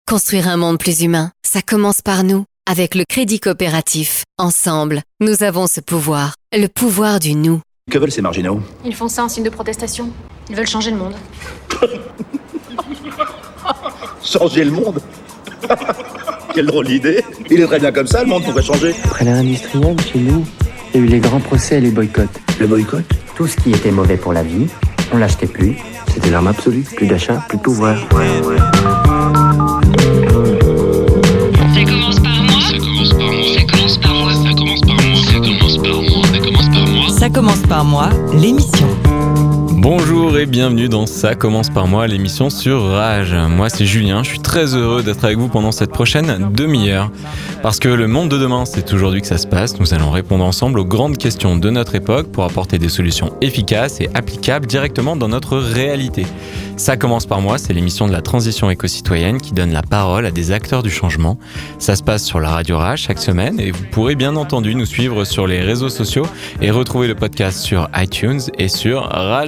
Construire un monde plus humain, ça commence par nous. Avec le Crédit Coopératif, ensemble, nous avons ce pouvoir, le pouvoir du nous. Que veulent ces marginaux ? Ils font ça en signe de protestation. Ils veulent changer le monde. Changer le monde ? Quelle drôle d'idée. Il est très bien comme ça, le monde pourrait changer. Après l'ère industrielle, chez nous, il y a eu les grands procès et les boycotts. Le boycott ? Tout ce qui était mauvais pour la vie, on l'achetait plus. C'était l'arme absolue. Plus d'achat, plus de pouvoir. Ça commence par moi, l'émission. Bonjour et bienvenue dans Ça commence par moi, l'émission sur Rage. Moi c'est Julien, je suis très heureux d'être avec vous pendant cette prochaine demi-heure. Parce que le monde de demain, c'est aujourd'hui que ça se passe. Nous allons répondre ensemble aux grandes questions de notre époque pour apporter des solutions efficaces et applicables directement dans notre réalité. Ça commence par moi, c'est l'émission de la transition éco-citoyenne qui donne la parole à des acteurs du changement. Ça se passe sur la radio Rage chaque semaine et vous pourrez bien entendu nous suivre sur les réseaux sociaux et retrouver le podcast sur iTunes et sur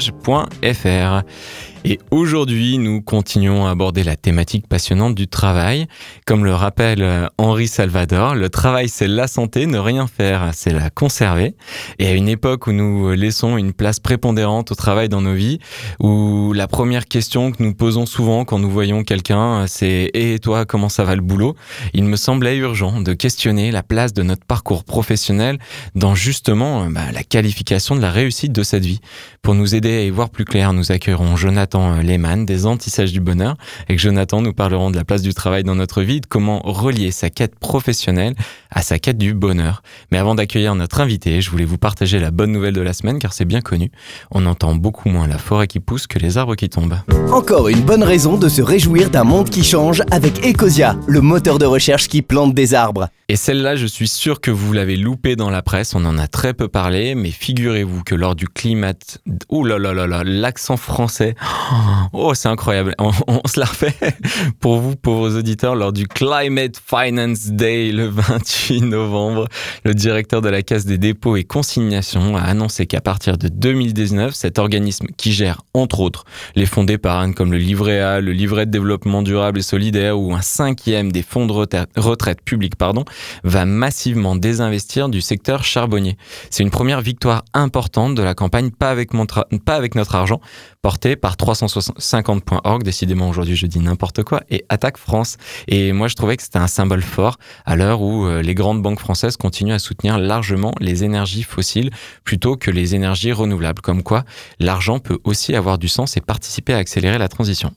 rage.fr. Et aujourd'hui, nous continuons à aborder la thématique passionnante du travail. Comme le rappelle Henri Salvador, le travail c'est la santé, ne rien faire, c'est la conserver. Et à une époque où nous laissons une place prépondérante au travail dans nos vies, où la première question que nous posons souvent quand nous voyons quelqu'un, c'est « Et toi, comment ça va le boulot ?» Il me semblait urgent de questionner la place de notre parcours professionnel dans justement la qualification de la réussite de cette vie. Pour nous aider à y voir plus clair, nous accueillerons Jonathan Lehmann des Antissages du Bonheur. Avec Jonathan, nous parlerons de la place du travail dans notre vie, de comment relier sa quête professionnelle à sa quête du bonheur. Mais avant d'accueillir notre invité, je voulais vous partager la bonne nouvelle de la semaine, car c'est bien connu. On entend beaucoup moins la forêt qui pousse que les arbres qui tombent. Encore une bonne raison de se réjouir d'un monde qui change avec Ecosia, le moteur de recherche qui plante des arbres. Et celle-là, je suis sûr que vous l'avez loupée dans la presse, on en a très peu parlé, mais figurez-vous que lors du climat... Ouh là là là là, l'accent français... Oh, c'est incroyable. On se la refait pour vous, pauvres auditeurs, lors du Climate Finance Day le 28 novembre. Le directeur de la Caisse des dépôts et consignations a annoncé qu'à partir de 2019, cet organisme qui gère, entre autres, les fonds d'épargne comme le livret A, le livret de développement durable et solidaire ou un 5e des fonds de retraite publics, va massivement désinvestir du secteur charbonnier. C'est une première victoire importante de la campagne Pas avec notre argent, portée par 350.org, décidément aujourd'hui je dis n'importe quoi, et Attaque France. Et moi je trouvais que c'était un symbole fort à l'heure où les grandes banques françaises continuent à soutenir largement les énergies fossiles plutôt que les énergies renouvelables. Comme quoi, l'argent peut aussi avoir du sens et participer à accélérer la transition.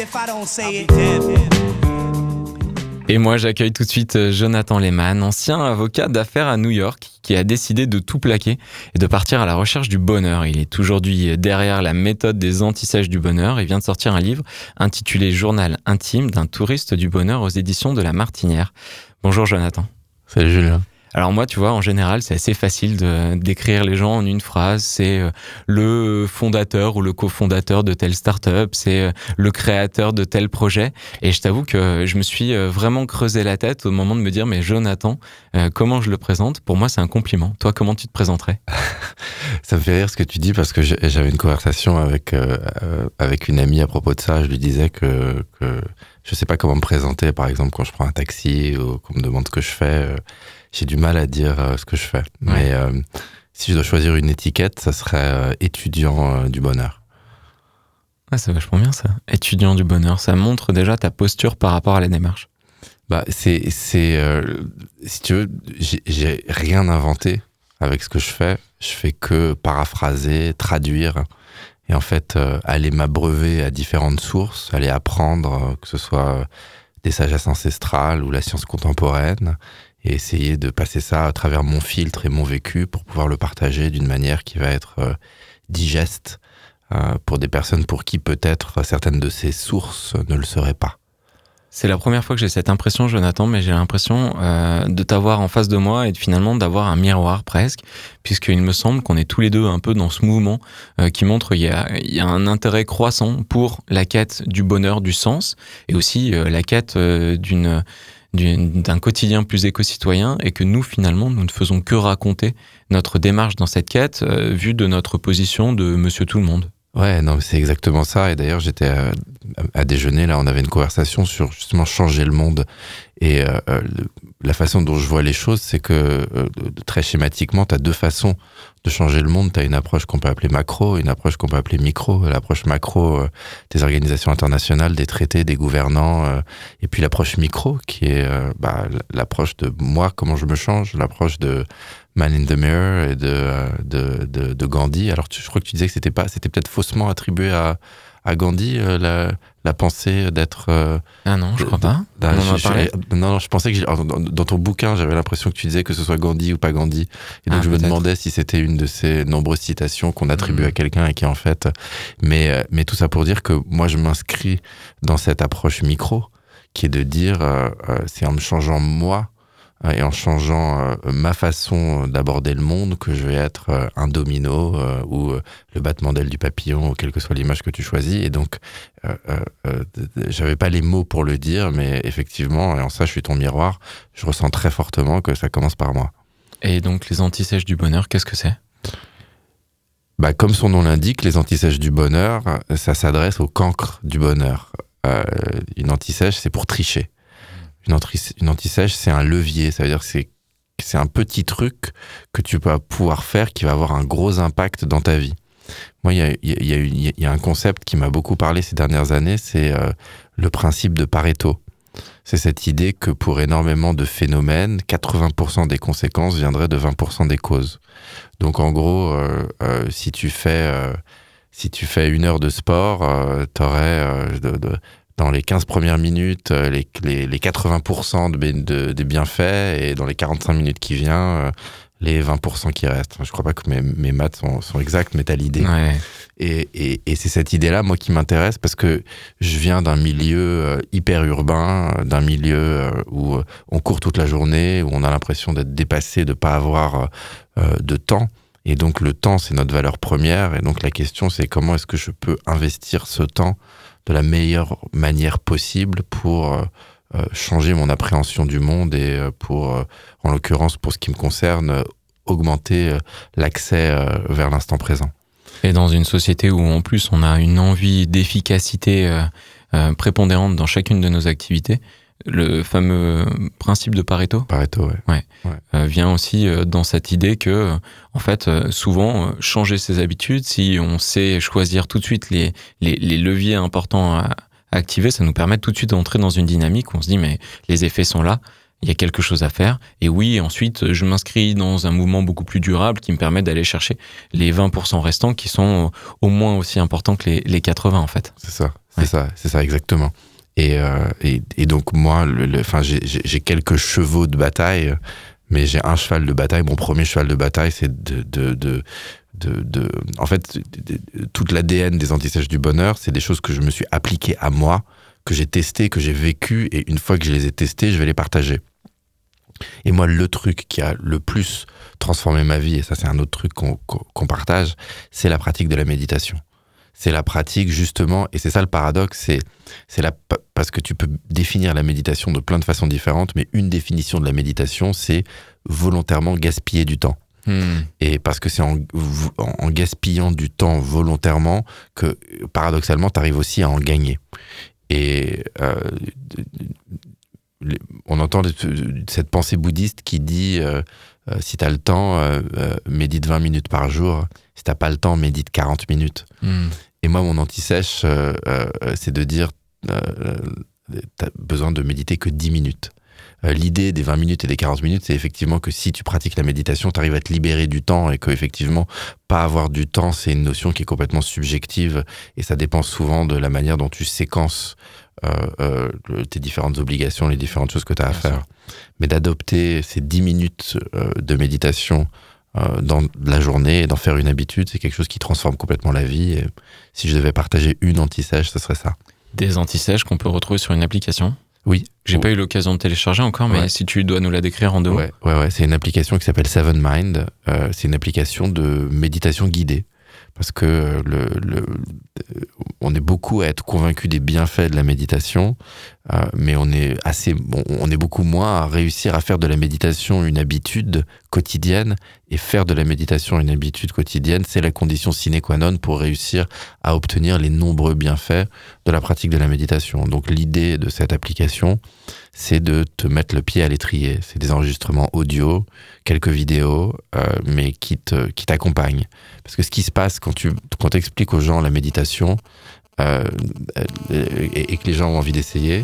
Et moi, j'accueille tout de suite Jonathan Lehmann, ancien avocat d'affaires à New York, qui a décidé de tout plaquer et de partir à la recherche du bonheur. Il est aujourd'hui derrière la méthode des Antissages du Bonheur et vient de sortir un livre intitulé « Journal intime d'un touriste du bonheur » aux éditions de La Martinière. Bonjour Jonathan. Salut Julien. Alors moi, tu vois, en général, c'est assez facile de décrire les gens en une phrase. C'est le fondateur ou le cofondateur de telle start-up, c'est le créateur de tel projet. Et je t'avoue que je me suis vraiment creusé la tête au moment de me dire, mais Jonathan, comment je le présente ? Pour moi, c'est un compliment. Toi, comment tu te présenterais ? Ça me fait rire ce que tu dis parce que j'avais une conversation avec une amie à propos de ça. Je lui disais que je sais pas comment me présenter, par exemple, quand je prends un taxi ou qu'on me demande ce que je fais. J'ai du mal à dire ce que je fais. Ouais. Mais si je dois choisir une étiquette, ça serait étudiant du bonheur. Ah, c'est vachement bien ça. Étudiant du bonheur, ça montre déjà ta posture par rapport à la démarche. Si tu veux, j'ai rien inventé avec ce que je fais. Je fais que paraphraser, traduire. Et en fait, aller m'abreuver à différentes sources, aller apprendre, que ce soit des sagesses ancestrales ou la science contemporaine, et essayer de passer ça à travers mon filtre et mon vécu pour pouvoir le partager d'une manière qui va être digeste pour des personnes pour qui peut-être certaines de ces sources ne le seraient pas. C'est la première fois que j'ai cette impression, Jonathan, mais j'ai l'impression de t'avoir en face de moi et finalement d'avoir un miroir presque, puisqu'il me semble qu'on est tous les deux un peu dans ce mouvement qui montre qu'il y a un intérêt croissant pour la quête du bonheur, du sens, et aussi la quête d'un quotidien plus éco-citoyen, et que nous, finalement, nous ne faisons que raconter notre démarche dans cette quête vue de notre position de Monsieur Tout-le-Monde. Ouais, non, c'est exactement ça. Et d'ailleurs, j'étais à déjeuner, là, on avait une conversation sur justement changer le monde. Et la façon dont je vois les choses, c'est que très schématiquement, tu as deux façons de changer le monde. Tu as une approche qu'on peut appeler macro, une approche qu'on peut appeler micro. L'approche macro des organisations internationales, des traités, des gouvernants. Et puis l'approche micro, qui est l'approche de moi, comment je me change, l'approche de Man in the Mirror et de Gandhi. Alors, je crois que tu disais que c'était peut-être faussement attribué à Gandhi, la pensée d'être... Ah non, je crois pas. Non, je pensais que dans ton bouquin, j'avais l'impression que tu disais que ce soit Gandhi ou pas Gandhi. Et donc, je me demandais si c'était une de ces nombreuses citations qu'on attribue à quelqu'un et qui en fait... Mais tout ça pour dire que moi, je m'inscris dans cette approche micro, qui est de dire, c'est en me changeant moi, et en changeant ma façon d'aborder le monde que je vais être un domino ou le battement d'aile du papillon ou quelle que soit l'image que tu choisis. Et donc, j'avais pas les mots pour le dire, mais effectivement, et en ça, je suis ton miroir, je ressens très fortement que ça commence par moi. Et donc, les antisèches du bonheur, qu'est-ce que c'est ? Comme son nom l'indique, les antisèches du bonheur, ça s'adresse au cancre du bonheur. Une antisèche, c'est pour tricher. Une antisèche, c'est un levier, ça veut dire que c'est un petit truc que tu vas pouvoir faire qui va avoir un gros impact dans ta vie. Moi, il y a un concept qui m'a beaucoup parlé ces dernières années, c'est le principe de Pareto. C'est cette idée que pour énormément de phénomènes, 80% des conséquences viendraient de 20% des causes. Donc en gros, si tu fais 1 heure de sport, t'aurais dans les 15 premières minutes, les 80% des bienfaits, et dans les 45 minutes qui viennent, les 20% qui restent. Je crois pas que mes maths sont exactes, mais t'as l'idée. Ouais. Et c'est cette idée-là, moi, qui m'intéresse, parce que je viens d'un milieu hyper urbain, d'un milieu où on court toute la journée, où on a l'impression d'être dépassé, de pas avoir de temps. Et donc, le temps, c'est notre valeur première. Et donc, la question, c'est comment est-ce que je peux investir ce temps de la meilleure manière possible pour changer mon appréhension du monde et pour, en l'occurrence, pour ce qui me concerne, augmenter l'accès vers l'instant présent. Et dans une société où, en plus, on a une envie d'efficacité prépondérante dans chacune de nos activités, le fameux principe de Pareto. Pareto, ouais. Vient aussi dans cette idée que, en fait, souvent, changer ses habitudes, si on sait choisir tout de suite les leviers importants à activer, ça nous permet tout de suite d'entrer dans une dynamique où on se dit, mais les effets sont là, il y a quelque chose à faire. Et oui, ensuite, je m'inscris dans un mouvement beaucoup plus durable qui me permet d'aller chercher les 20% restants qui sont au moins aussi importants que les 80, en fait. C'est ça, exactement. Et donc moi, j'ai quelques chevaux de bataille, mais j'ai un cheval de bataille. Mon premier cheval de bataille, c'est en fait, toute l'ADN des antisèches du bonheur, c'est des choses que je me suis appliquées à moi, que j'ai testées, que j'ai vécues, et une fois que je les ai testées, je vais les partager. Et moi, le truc qui a le plus transformé ma vie, et ça c'est un autre truc qu'on partage, c'est la pratique de la méditation. C'est la pratique, justement, et c'est ça le paradoxe, parce que tu peux définir la méditation de plein de façons différentes, mais une définition de la méditation, c'est volontairement gaspiller du temps. Et parce que c'est en gaspillant du temps volontairement que, paradoxalement, tu arrives aussi à en gagner. Et on entend cette pensée bouddhiste qui dit si tu as le temps, médite 20 minutes par jour. Si tu n'as pas le temps, médite 40 minutes. Et moi, mon anti-sèche, c'est de dire tu as besoin de méditer que 10 minutes. L'idée des 20 minutes et des 40 minutes, c'est effectivement que si tu pratiques la méditation, tu arrives à te libérer du temps, et qu'effectivement, pas avoir du temps, c'est une notion qui est complètement subjective, et ça dépend souvent de la manière dont tu séquences tes différentes obligations, les différentes choses que tu as à faire. Mais d'adopter ces 10 minutes de méditation dans la journée et d'en faire une habitude, c'est quelque chose qui transforme complètement la vie. Et si je devais partager une anti-sèche, ce serait ça. Des anti-sèches qu'on peut retrouver sur une application ? Oui. J'ai pas eu l'occasion de télécharger encore, mais si tu dois nous la décrire en deux mots. Ouais, c'est une application qui s'appelle Seven Mind. C'est une application de méditation guidée. Parce que on est beaucoup à être convaincu des bienfaits de la méditation, mais on est beaucoup moins à réussir à faire de la méditation une habitude quotidienne. Et faire de la méditation une habitude quotidienne, c'est la condition sine qua non pour réussir à obtenir les nombreux bienfaits de la pratique de la méditation. Donc l'idée de cette application, c'est de te mettre le pied à l'étrier. C'est des enregistrements audio, quelques vidéos, mais qui t'accompagnent. Parce que ce qui se passe quand tu expliques aux gens la méditation et que les gens ont envie d'essayer,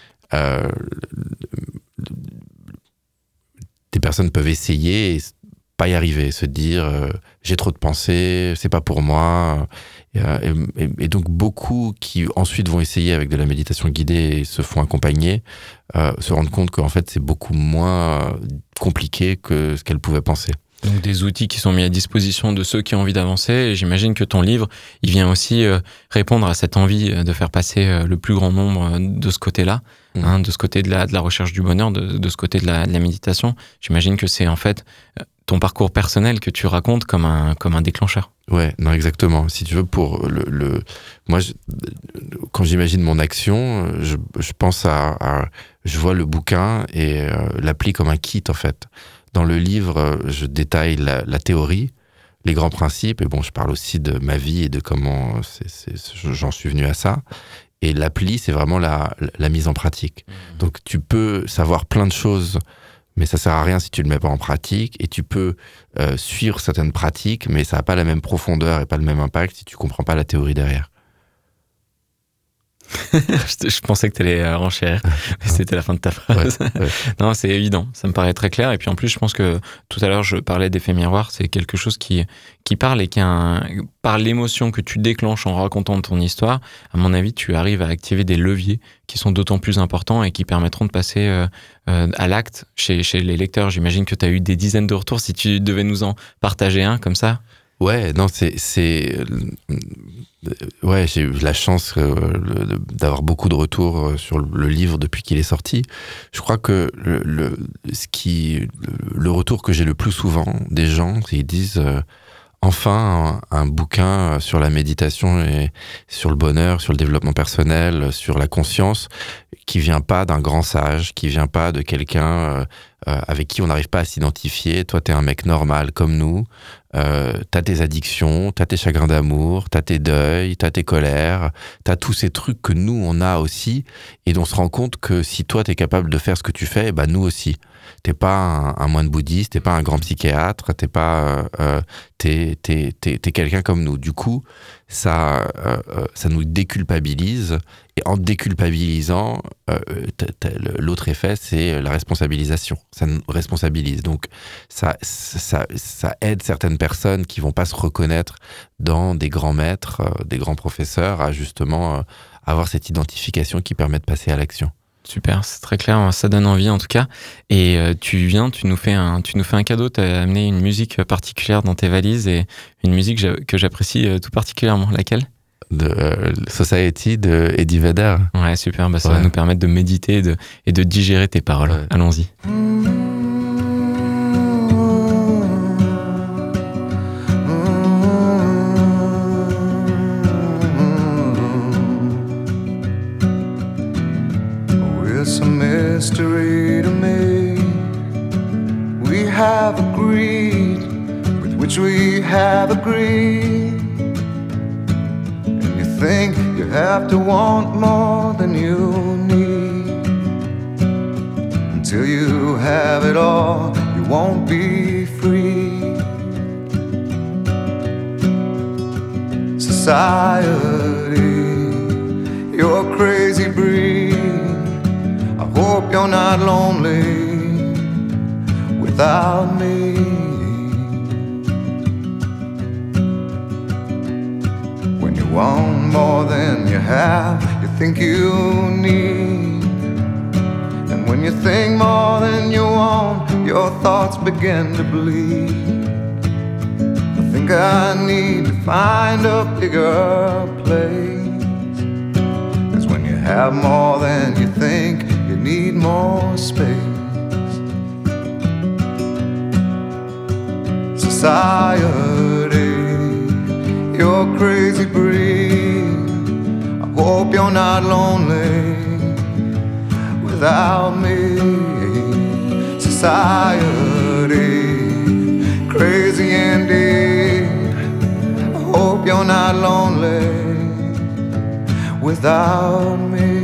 des personnes peuvent essayer et pas y arriver, se dire j'ai trop de pensées, c'est pas pour moi. Et donc beaucoup qui ensuite vont essayer avec de la méditation guidée et se font accompagner, se rendent compte qu'en fait c'est beaucoup moins compliqué que ce qu'elles pouvaient penser. Donc des outils qui sont mis à disposition de ceux qui ont envie d'avancer. Et j'imagine que ton livre, il vient aussi répondre à cette envie de faire passer le plus grand nombre de ce côté-là, de ce côté de la recherche du bonheur, de ce côté de la méditation. J'imagine que c'est en fait ton parcours personnel que tu racontes comme un déclencheur. Ouais, non, exactement. Si tu veux, moi, quand j'imagine mon action, je pense je vois le bouquin et l'appli comme un kit, en fait. Dans le livre, je détaille la théorie, les grands principes, et bon, je parle aussi de ma vie et de comment j'en suis venu à ça. Et l'appli, c'est vraiment la mise en pratique. Donc, tu peux savoir plein de choses, mais ça sert à rien si tu le mets pas en pratique. Et tu peux suivre certaines pratiques, mais ça n'a pas la même profondeur et pas le même impact si tu comprends pas la théorie derrière. Je pensais que tu allais renchérir, mais c'était la fin de ta phrase. Ouais. Non, c'est évident, ça me paraît très clair. Et puis en plus, je pense que tout à l'heure, je parlais d'effet miroir, c'est quelque chose qui parle et par l'émotion que tu déclenches en racontant ton histoire, à mon avis, tu arrives à activer des leviers qui sont d'autant plus importants et qui permettront de passer à l'acte chez les lecteurs. J'imagine que tu as eu des dizaines de retours. Si tu devais nous en partager un comme ça. Ouais, non, ouais, j'ai eu la chance d'avoir beaucoup de retours sur le livre depuis qu'il est sorti. Je crois que le retour que j'ai le plus souvent des gens, c'est qu'ils disent enfin un bouquin sur la méditation et sur le bonheur, sur le développement personnel, sur la conscience, qui vient pas d'un grand sage, qui vient pas de quelqu'un avec qui on n'arrive pas à s'identifier. Toi, t'es un mec normal comme nous. T'as tes addictions, t'as tes chagrins d'amour, t'as tes deuils, t'as tes colères, t'as tous ces trucs que nous, on a aussi. Et on se rend compte que si toi, t'es capable de faire ce que tu fais, bah nous aussi. T'es pas un moine bouddhiste, t'es pas un grand psychiatre, t'es quelqu'un comme nous. Du coup, ça nous déculpabilise. Et en déculpabilisant, l'autre effet, c'est la responsabilisation. Ça nous responsabilise. Donc, ça aide certaines personnes qui vont pas se reconnaître dans des grands maîtres, des grands professeurs, à justement avoir cette identification qui permet de passer à l'action. Super, c'est très clair, ça donne envie en tout cas. Et tu nous fais un cadeau, tu as amené une musique particulière dans tes valises et une musique que j'apprécie tout particulièrement. Laquelle ? De Society de Eddie Vedder. Ouais, super, ça va nous permettre de méditer et de digérer tes paroles. Ouais. Allons-y. It's a mystery to me. We have agreed with which we have agreed. And you think you have to want more than you need. Until you have it all, you won't be free. Society, you're crazy breed. I hope you're not lonely without me. When you want more than you have, you think you need. And when you think more than you want, your thoughts begin to bleed. I think I need to find a bigger place. 'Cause when you have more than you think, you need more space. Society, you're crazy breed. Hope you're not lonely without me. Society, crazy indeed. I hope you're not lonely without me.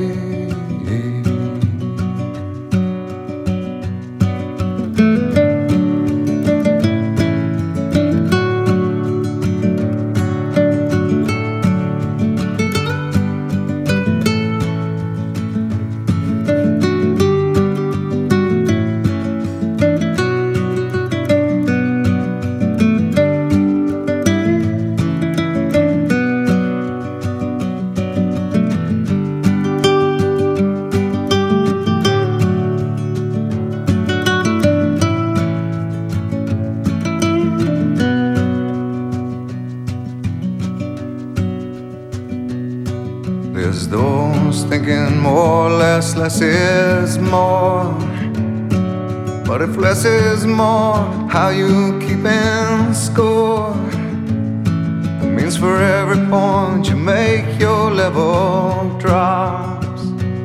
There's those thinking more, less is more. But if less is more, how you keeping score? It means for every point you make, your level drops.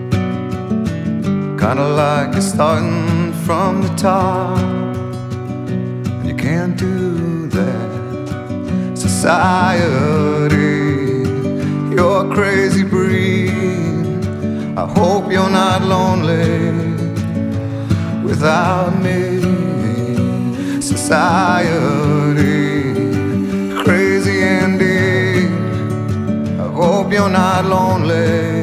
Kinda like you're starting from the top, and you can't do that. Society, you're crazy breed. I hope you're not lonely without me. Society, crazy indeed. I hope you're not lonely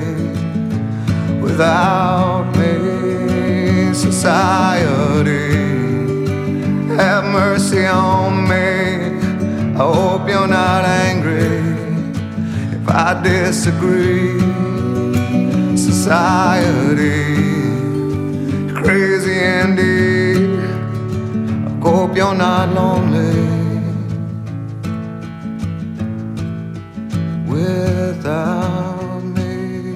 without me. Society, have mercy on me. I hope you're not angry if I disagree. Society, crazy indeed. I hope you're not lonely without me.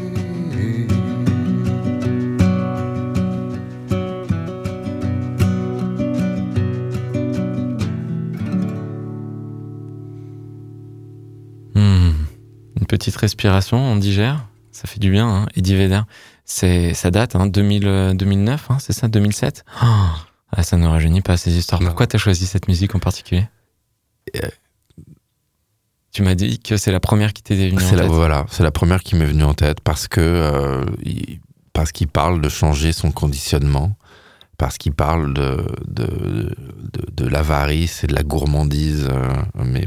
Une petite respiration, on digère, ça fait du bien, hein. Eddie Vedder, ça date, hein, 2009, hein, c'est ça, 2007. Ah, ça ne rajeunit pas ces histoires. Non. Pourquoi t'as choisi cette musique en particulier? Tu m'as dit que c'est la première qui t'est venue en tête. Voilà, c'est la première qui m'est venue en tête parce qu'il parle de changer son conditionnement, parce qu'il parle de l'avarice et de la gourmandise, mais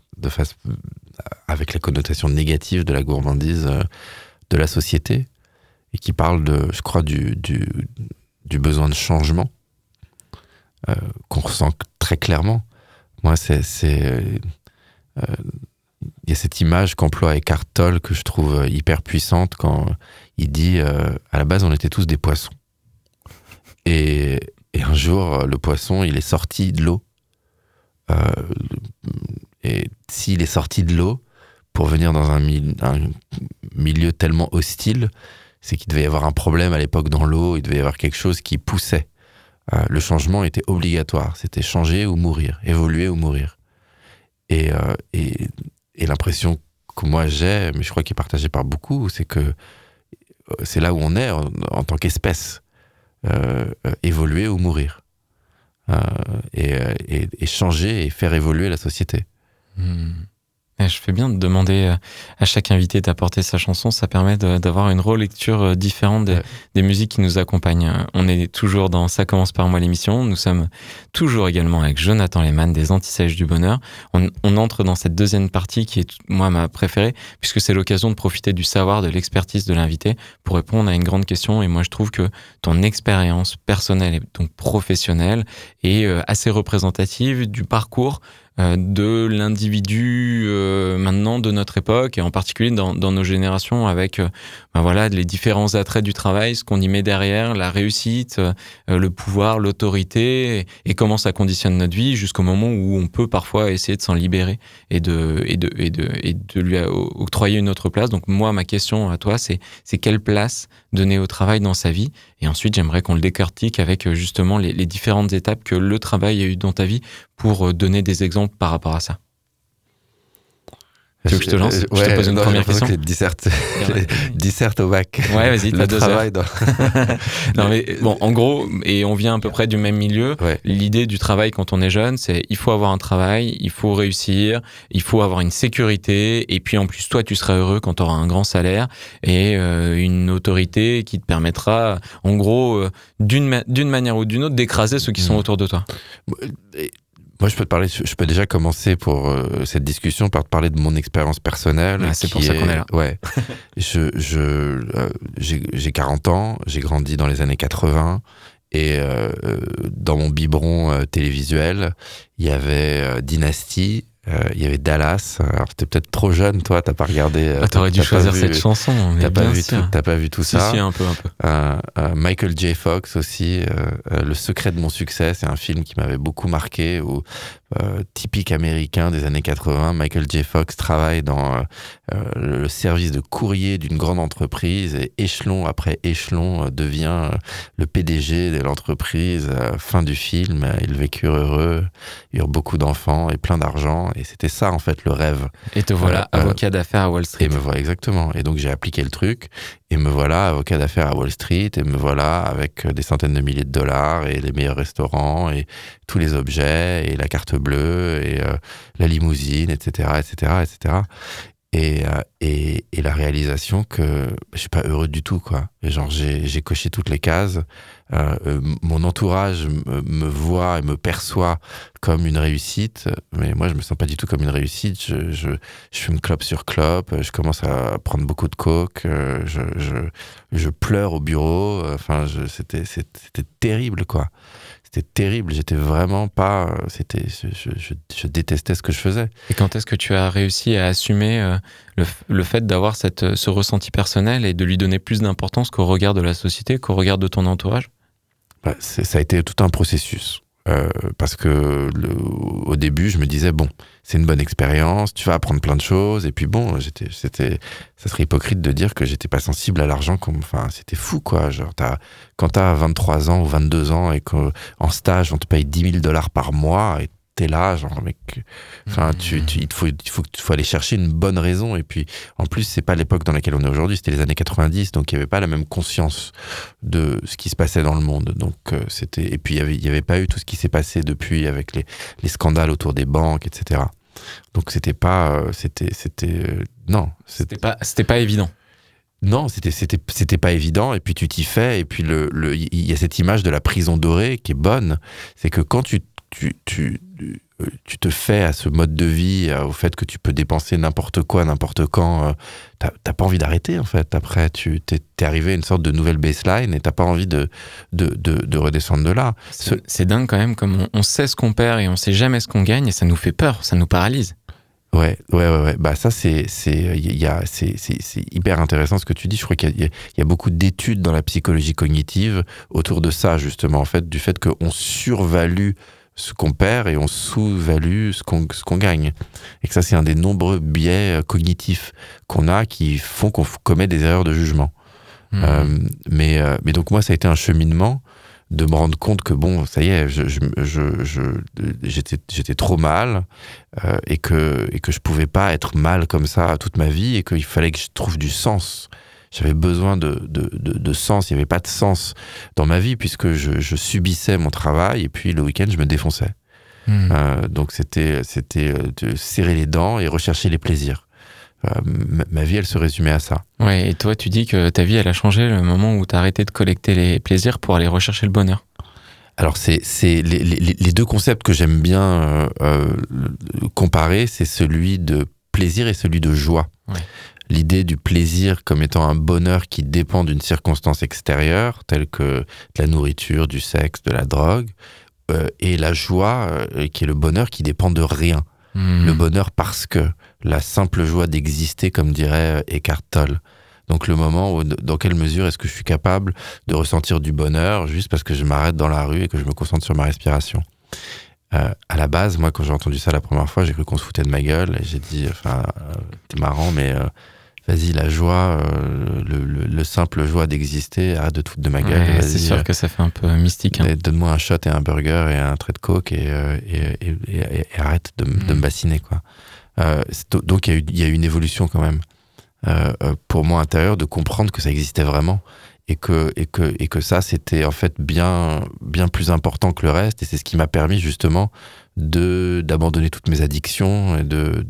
avec la connotation négative de la gourmandise de la société, et qui parle je crois, du besoin de changement qu'on ressent très clairement. Moi, il y a cette image qu'emploie Eckhart Tolle que je trouve hyper puissante quand il dit à la base on était tous des poissons, et un jour le poisson il est sorti de l'eau, et s'il est sorti de l'eau pour venir dans un milieu tellement hostile, c'est qu'il devait y avoir un problème à l'époque dans l'eau, il devait y avoir quelque chose qui poussait. Le changement était obligatoire, c'était changer ou mourir, évoluer ou mourir. Et l'impression que moi j'ai, mais je crois qu'il est partagé par beaucoup, c'est que c'est là où on est en tant qu'espèce, évoluer ou mourir, et changer et faire évoluer la société. Je fais bien de demander à chaque invité d'apporter sa chanson, ça permet d'avoir une relecture différente des musiques qui nous accompagnent. On est toujours dans Ça commence par moi l'émission, nous sommes toujours également avec Jonathan Lehman des Antisèches du Bonheur. On entre dans cette deuxième partie qui est, moi, ma préférée, puisque c'est l'occasion de profiter du savoir, de l'expertise de l'invité pour répondre à une grande question. Et moi, je trouve que ton expérience personnelle et donc professionnelle est assez représentative du parcours de l'individu maintenant de notre époque, et en particulier dans nos générations, avec les différents attraits du travail, ce qu'on y met derrière, la réussite, le pouvoir, l'autorité, et comment ça conditionne notre vie jusqu'au moment où on peut parfois essayer de s'en libérer et de lui octroyer une autre place. Donc moi, ma question à toi, c'est quelle place donner au travail dans sa vie? Et ensuite, j'aimerais qu'on le décortique avec justement les différentes étapes que le travail a eu dans ta vie pour donner des exemples par rapport à ça. Tu veux que je te lance? Je te pose une première question. Que disserte au bac. Ouais, vas-y, t'as 2 heures. Non, mais bon, en gros, et on vient à peu près du même milieu. Ouais. L'idée du travail quand on est jeune, c'est il faut avoir un travail, il faut réussir, il faut avoir une sécurité, et puis en plus, toi, tu seras heureux quand tu auras un grand salaire et une autorité qui te permettra, en gros, d'une manière ou d'une autre, d'écraser ceux qui sont autour de toi. Moi, je peux déjà commencer pour cette discussion par te parler de mon expérience personnelle. Ah, c'est pour ça qu'on est là. Ouais. J'ai 40 ans, j'ai grandi dans les années 80 et dans mon biberon télévisuel, il y avait Dynasty. Il y avait Dallas. Alors t'es peut-être trop jeune, toi, t'as pas regardé. T'aurais dû choisir cette chanson. T'as pas vu tout ça. Si, un peu. Michael J. Fox aussi. Le secret de mon succès, c'est un film qui m'avait beaucoup marqué. Où typique américain des années 80, Michael J. Fox travaille dans le service de courrier d'une grande entreprise et échelon après échelon devient le PDG de l'entreprise. Fin du film, ils vécurent heureux, ils eurent beaucoup d'enfants et plein d'argent. Et c'était ça, en fait, le rêve. Et te voilà avocat d'affaires à Wall Street. Et me voilà, exactement. Et donc, j'ai appliqué le truc. Et me voilà avocat d'affaires à Wall Street. Et me voilà avec des centaines de milliers de dollars et les meilleurs restaurants et tous les objets et la carte bleue et la limousine, etc., etc., etc. Et la réalisation que je suis pas heureux du tout, quoi. Et genre, j'ai coché toutes les cases. Mon entourage me voit et me perçoit comme une réussite, mais moi je me sens pas du tout comme une réussite. Je fume clope sur clope, je commence à prendre beaucoup de coke, je pleure au bureau. Enfin, c'était terrible, quoi. C'était terrible, j'étais vraiment pas... Je détestais ce que je faisais. Et quand est-ce que tu as réussi à assumer le fait d'avoir ce ressenti personnel et de lui donner plus d'importance qu'au regard de la société, qu'au regard de ton entourage? Ça a été tout un processus. Parce que au début, je me disais, bon, c'est une bonne expérience, tu vas apprendre plein de choses, et puis bon, ça serait hypocrite de dire que j'étais pas sensible à l'argent, enfin, c'était fou, quoi. Genre, quand t'as 23 ans ou 22 ans et qu'en stage, on te paye $10,000 par mois, et t'es là, genre, mec, enfin, il faut aller chercher une bonne raison. Et puis, en plus, c'est pas l'époque dans laquelle on est aujourd'hui, c'était les années 90, donc il y avait pas la même conscience de ce qui se passait dans le monde. Donc, et puis il y avait pas eu tout ce qui s'est passé depuis avec les scandales autour des banques, etc. Donc, c'était pas évident. Non, c'était pas évident. Et puis, tu t'y fais. Et puis, il y a cette image de la prison dorée qui est bonne. C'est que quand tu te fais à ce mode de vie, au fait que tu peux dépenser n'importe quoi, n'importe quand, t'as pas envie d'arrêter, en fait. Après, t'es arrivé à une sorte de nouvelle baseline et t'as pas envie de redescendre de là. C'est dingue quand même, comme on sait ce qu'on perd et on sait jamais ce qu'on gagne, et ça nous fait peur, ça nous paralyse. Ouais. Bah, ça, c'est hyper intéressant ce que tu dis. Je crois qu'il y a beaucoup d'études dans la psychologie cognitive autour de ça, justement, en fait, du fait qu'on survalue ce qu'on perd et on sous-value ce qu'on gagne. Et que ça, c'est un des nombreux biais cognitifs qu'on a qui font qu'on commet des erreurs de jugement. Mais donc, moi, ça a été un cheminement de me rendre compte que bon, ça y est, j'étais trop mal et que je pouvais pas être mal comme ça toute ma vie et qu'il fallait que je trouve du sens. J'avais besoin de sens. Il n'y avait pas de sens dans ma vie puisque je subissais mon travail et puis le week-end, je me défonçais. Donc, c'était de serrer les dents et rechercher les plaisirs. Ma vie, elle se résumait à ça. Ouais, et toi, tu dis que ta vie, elle a changé le moment où tu as arrêté de collecter les plaisirs pour aller rechercher le bonheur. Alors, c'est les deux concepts que j'aime bien comparer, c'est celui de plaisir et celui de joie. Ouais. L'idée du plaisir comme étant un bonheur qui dépend d'une circonstance extérieure, telle que de la nourriture, du sexe, de la drogue, et la joie, qui est le bonheur qui dépend de rien. Le bonheur parce que, la simple joie d'exister, comme dirait Eckhart Tolle. Donc le moment où, dans quelle mesure est-ce que je suis capable de ressentir du bonheur juste parce que je m'arrête dans la rue et que je me concentre sur ma respiration. À la base, moi, quand j'ai entendu ça la première fois, j'ai cru qu'on se foutait de ma gueule et j'ai dit, t'es marrant, mais vas-y, la joie, le simple joie d'exister, arrête de te foutre de ma gueule. Ouais, c'est sûr que ça fait un peu mystique. Hein. Donne-moi un shot et un burger et un trait de coke et arrête de me bassiner, quoi. Donc il y a eu une évolution quand même pour moi intérieure de comprendre que ça existait vraiment et que ça c'était en fait bien plus important que le reste, et c'est ce qui m'a permis justement d'abandonner toutes mes addictions et de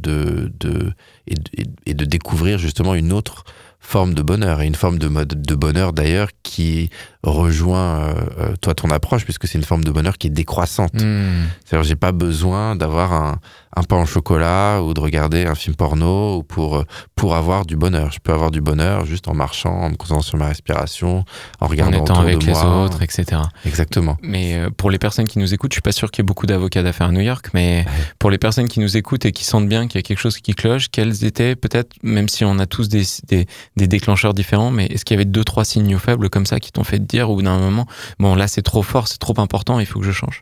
découvrir justement une autre forme de bonheur, et une forme de bonheur d'ailleurs qui rejoint toi ton approche, puisque c'est une forme de bonheur qui est décroissante. C'est-à-dire j'ai pas besoin d'avoir un pain au chocolat ou de regarder un film porno pour avoir du bonheur. Je peux avoir du bonheur juste en marchant, en me concentrant sur ma respiration, en regardant autour de moi, en étant avec les autres, etc. Exactement. Mais pour les personnes qui nous écoutent, je suis pas sûr qu'il y ait beaucoup d'avocats d'affaires à New York, mais pour les personnes qui nous écoutent et qui sentent bien qu'il y a quelque chose qui cloche, quels étaient peut-être, même si on a tous des déclencheurs différents, mais est-ce qu'il y avait 2-3 signaux faibles comme ça qui t'ont fait te dire, au bout d'un moment, bon là c'est trop fort, c'est trop important, il faut que je change?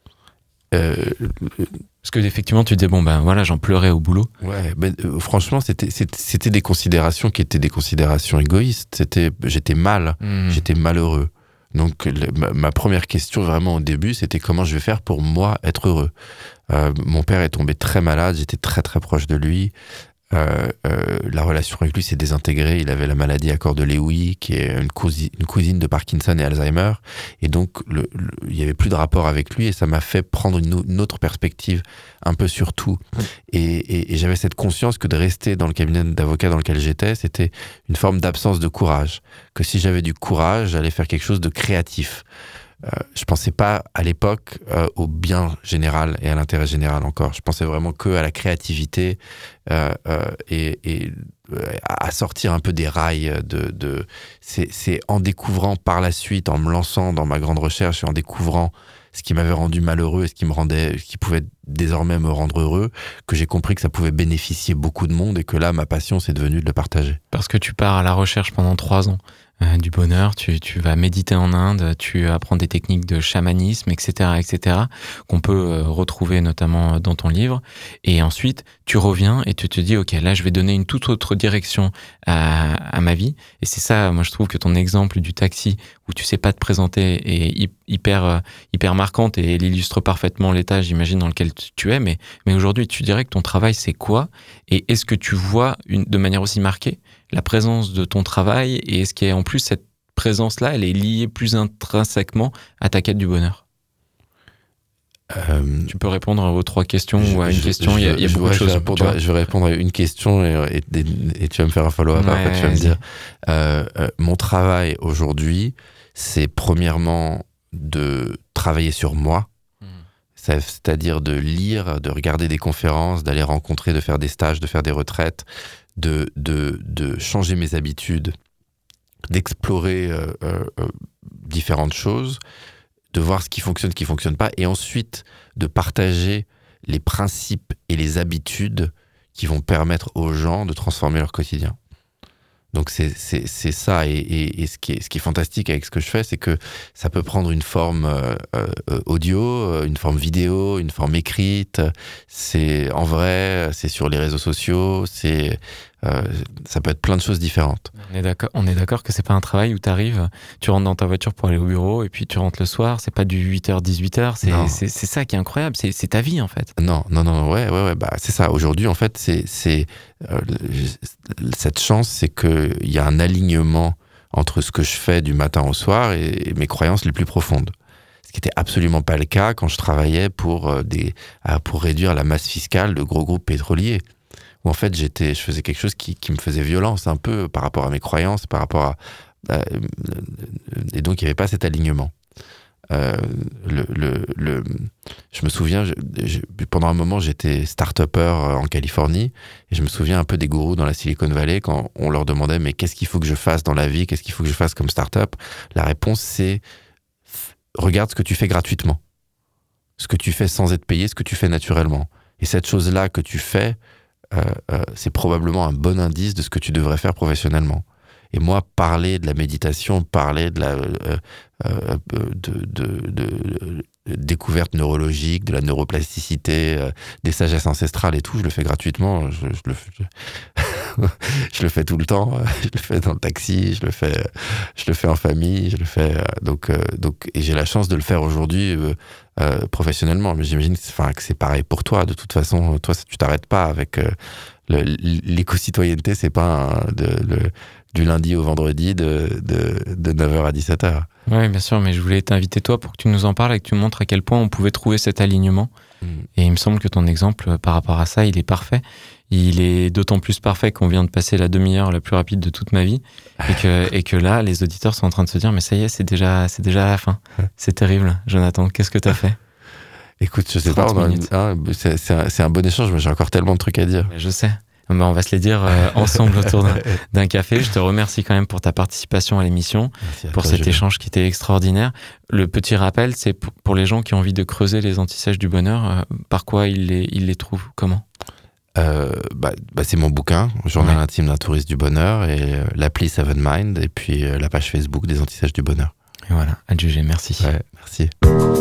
Parce que effectivement tu disais bon ben voilà, j'en pleurais au boulot. Ouais, franchement c'était des considérations qui étaient des considérations égoïstes. J'étais mal, j'étais malheureux. Donc ma première question vraiment au début, c'était comment je vais faire pour moi être heureux. Mon père est tombé très malade, j'étais très très proche de lui. La relation avec lui s'est désintégrée. Il avait la maladie à corps de Lewy, qui est une cousine de Parkinson et Alzheimer, et donc il y avait plus de rapport avec lui, et ça m'a fait prendre une autre perspective un peu sur tout. Et j'avais cette conscience que de rester dans le cabinet d'avocat dans lequel j'étais, c'était une forme d'absence de courage, que si j'avais du courage, j'allais faire quelque chose de créatif. Je pensais pas à l'époque au bien général et à l'intérêt général encore. Je pensais vraiment que à la créativité et à sortir un peu des rails c'est en découvrant par la suite, en me lançant dans ma grande recherche et en découvrant ce qui m'avait rendu malheureux et ce qui pouvait désormais me rendre heureux, que j'ai compris que ça pouvait bénéficier beaucoup de monde, et que là ma passion c'est devenu de le partager. Parce que tu pars à la recherche pendant 3 ans du bonheur, tu vas méditer en Inde, tu apprends des techniques de chamanisme, etc., qu'on peut retrouver notamment dans ton livre. Et ensuite, tu reviens et tu te dis, ok, là, je vais donner une toute autre direction à ma vie. Et c'est ça, moi, je trouve que ton exemple du taxi, où tu sais pas te présenter, est hyper marquante, et elle illustre parfaitement l'état, j'imagine, dans lequel tu es. Mais aujourd'hui, tu dirais que ton travail, c'est quoi? Et est-ce que tu vois de manière aussi marquée la présence de ton travail, et est-ce qu'en plus cette présence-là, elle est liée plus intrinsèquement à ta quête du bonheur? Tu peux répondre aux 3 questions ou à une question. Il y a beaucoup de choses. Je vais répondre à une question et tu vas me faire un follow-up. Après, tu vas me dire. Mon travail aujourd'hui, c'est premièrement de travailler sur moi. C'est-à-dire de lire, de regarder des conférences, d'aller rencontrer, de faire des stages, de faire des retraites, de changer mes habitudes, d'explorer différentes choses, de voir ce qui fonctionne pas, et ensuite de partager les principes et les habitudes qui vont permettre aux gens de transformer leur quotidien. Donc c'est ça, et ce qui est fantastique avec ce que je fais, c'est que ça peut prendre une forme audio, une forme vidéo, une forme écrite, c'est en vrai, c'est sur les réseaux sociaux, ça peut être plein de choses différentes. On est d'accord que c'est pas un travail où t'arrives, tu rentres dans ta voiture pour aller au bureau et puis tu rentres le soir, c'est pas du 8h, 18h, c'est ça qui est incroyable, c'est ta vie en fait. Non, ouais, bah c'est ça. Aujourd'hui en fait, cette chance, c'est qu'il y a un alignement entre ce que je fais du matin au soir et mes croyances les plus profondes. Ce qui n'était absolument pas le cas quand je travaillais pour réduire la masse fiscale de gros groupes pétroliers. Où en fait, je faisais quelque chose qui me faisait violence un peu par rapport à mes croyances, par rapport et donc il n'y avait pas cet alignement. Je me souviens, pendant un moment, j'étais start-upper en Californie, et je me souviens un peu des gourous dans la Silicon Valley quand on leur demandait mais qu'est-ce qu'il faut que je fasse dans la vie, qu'est-ce qu'il faut que je fasse comme start-up. La réponse c'est regarde ce que tu fais gratuitement, ce que tu fais sans être payé, ce que tu fais naturellement. Et cette chose-là que tu fais, c'est probablement un bon indice de ce que tu devrais faire professionnellement. Et moi, parler de la méditation, parler de la découverte neurologique, de la neuroplasticité, des sagesses ancestrales et tout, je le fais gratuitement. je le fais tout le temps. Je le fais dans le taxi, je le fais en famille, je le fais donc et j'ai la chance de le faire aujourd'hui professionnellement. Mais j'imagine que c'est pareil pour toi. De toute façon, toi, tu t'arrêtes pas avec l'éco-citoyenneté. C'est pas du lundi au vendredi de 9h à 17h. Oui, bien sûr, mais je voulais t'inviter toi pour que tu nous en parles et que tu montres à quel point on pouvait trouver cet alignement. Et il me semble que ton exemple par rapport à ça, il est parfait. Il est d'autant plus parfait qu'on vient de passer la demi-heure la plus rapide de toute ma vie et que là, les auditeurs sont en train de se dire mais ça y est, c'est déjà à la fin. C'est terrible. Jonathan, qu'est-ce que t'as fait? Écoute, je sais pas, c'est un bon échange, mais j'ai encore tellement de trucs à dire. Je sais. On va se les dire ensemble autour d'un café. Je te remercie quand même pour ta participation à l'émission, pour cet échange qui était extraordinaire. Le petit rappel, c'est pour les gens qui ont envie de creuser les antisèches du bonheur, par quoi ils les trouvent? Comment? C'est mon bouquin, Journal intime d'un touriste du bonheur, et l'appli Seven Mind, et puis la page Facebook des antisèches du bonheur. Et voilà, adjugé, merci. Ouais, merci.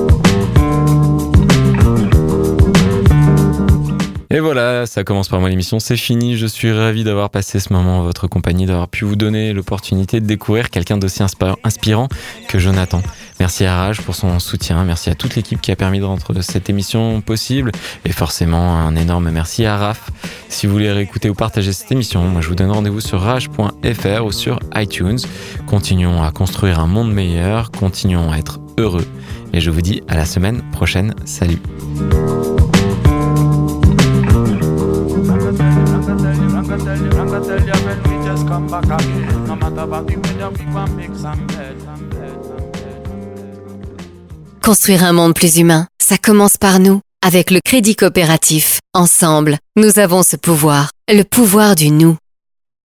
Et voilà, ça commence par moi l'émission, c'est fini. Je suis ravi d'avoir passé ce moment en votre compagnie, d'avoir pu vous donner l'opportunité de découvrir quelqu'un d'aussi inspirant que Jonathan. Merci à Raj pour son soutien, merci à toute l'équipe qui a permis de rendre cette émission possible, et forcément un énorme merci à Raph. Si vous voulez réécouter ou partager cette émission, moi je vous donne rendez-vous sur raj.fr ou sur iTunes. Continuons à construire un monde meilleur, continuons à être heureux, et je vous dis à la semaine prochaine. Salut. Construire un monde plus humain, ça commence par nous. Avec le Crédit Coopératif, ensemble, nous avons ce pouvoir, le pouvoir du nous.